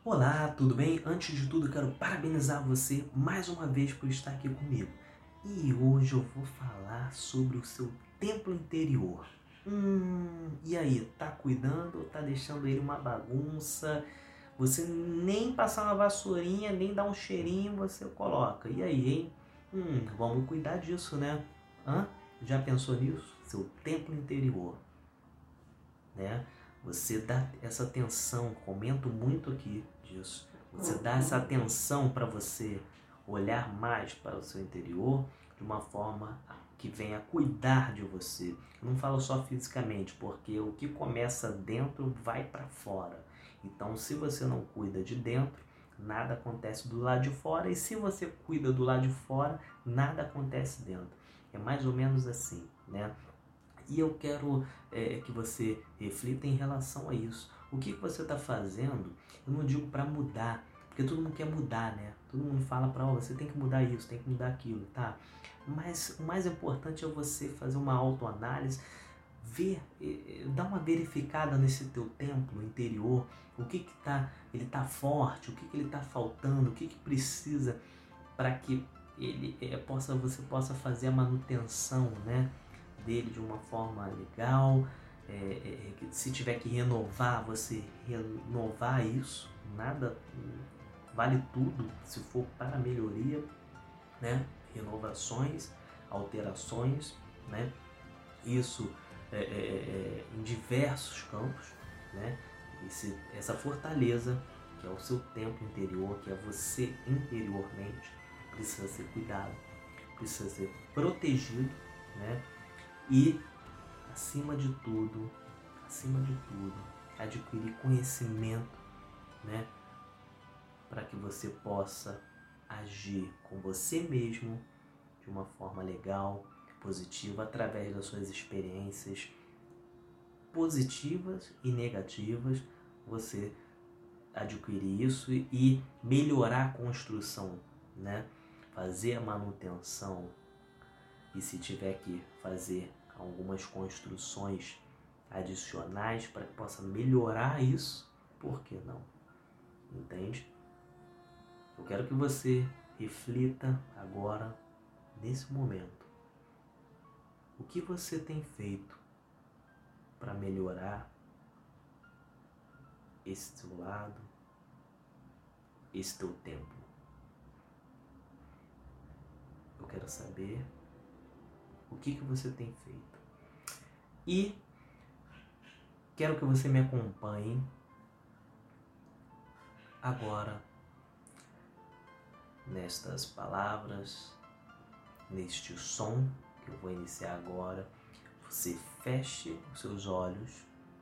Olá, tudo bem? Antes de tudo, quero parabenizar você mais uma vez por estar aqui comigo. E hoje eu vou falar sobre o seu templo interior. E aí, tá cuidando ou tá deixando ele uma bagunça? Você nem passar uma vassourinha, nem dar um cheirinho, você coloca. E aí, hein? Vamos cuidar disso, né? Já pensou nisso? Seu templo interior, né? Você dá essa atenção, comento muito aqui disso. Você dá essa atenção para você olhar mais para o seu interior de uma forma que venha cuidar de você. Eu não falo só fisicamente, porque o que começa dentro vai para fora. Então, se você não cuida de dentro, nada acontece do lado de fora. E se você cuida do lado de fora, nada acontece dentro. É mais ou menos assim, né? E eu quero que você reflita em relação a isso. O que você está fazendo, eu não digo para mudar, porque todo mundo quer mudar, né? Todo mundo fala para você tem que mudar isso, tem que mudar aquilo, tá? Mas o mais importante é você fazer uma autoanálise, ver, dar uma verificada nesse teu templo interior, o que ele tá forte, o que ele tá faltando, o que precisa para que ele você possa fazer a manutenção, né, dele de uma forma legal. Se tiver que renovar, você renovar isso. Nada vale tudo se for para melhoria, né? Renovações, alterações, né? Isso em diversos campos, né? Essa fortaleza que é o seu templo interior, que é você interiormente, precisa ser cuidado, precisa ser protegido, né? E acima de tudo, adquirir conhecimento, né? Para que você possa agir com você mesmo de uma forma legal, positiva, através das suas experiências positivas e negativas, você adquirir isso e melhorar a construção, né? Fazer a manutenção e, se tiver que fazer algumas construções adicionais para que possa melhorar isso, por que não? Entende? Eu quero que você reflita agora, nesse momento, o que você tem feito para melhorar esse teu lado, esse teu templo. Eu quero saber o que você tem feito. E quero que você me acompanhe agora nestas palavras, neste som que eu vou iniciar agora. Você feche os seus olhos,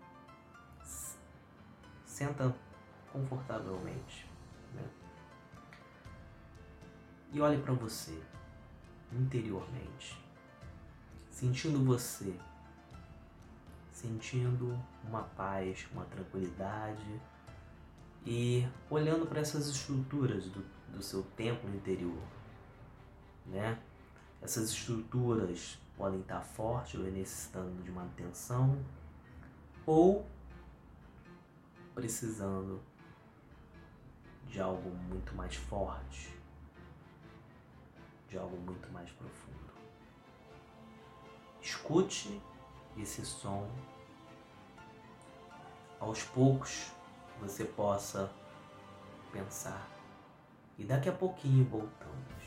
senta confortavelmente, né? E olhe para você interiormente, sentindo você, sentindo uma paz, uma tranquilidade e olhando para essas estruturas do seu templo interior, né? Essas estruturas podem estar fortes ou necessitando de manutenção ou precisando de algo muito mais forte, de algo muito mais profundo. Escute esse som. Aos poucos você possa pensar. E daqui a pouquinho voltamos.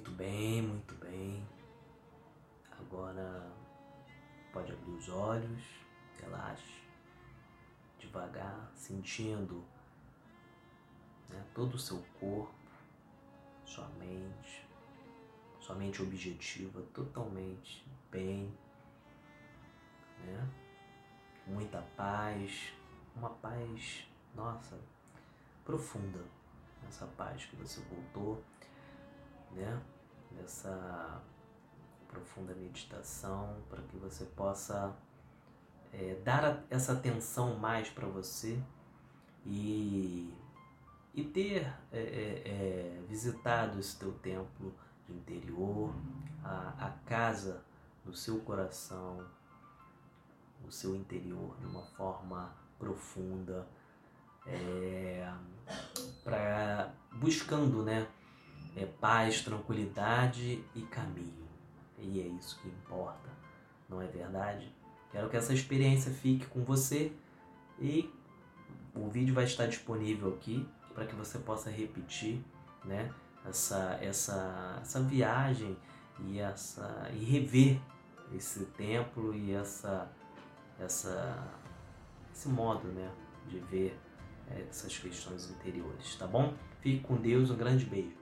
Muito bem, muito bem. Agora pode abrir os olhos, relaxe, devagar, sentindo, né, todo o seu corpo, sua mente objetiva, totalmente bem, né? Muita paz, uma paz, nossa, profunda, essa paz que você voltou, né? Nessa profunda meditação, para que você possa dar essa atenção mais para você e ter visitado esse teu templo interior, a casa do seu coração, o seu interior de uma forma profunda, buscando, né, paz, tranquilidade e caminho. E é isso que importa, não é verdade? Quero que essa experiência fique com você e o vídeo vai estar disponível aqui para que você possa repetir, né, essa viagem e rever esse templo e esse modo, né, de ver essas questões interiores, tá bom? Fique com Deus, um grande beijo.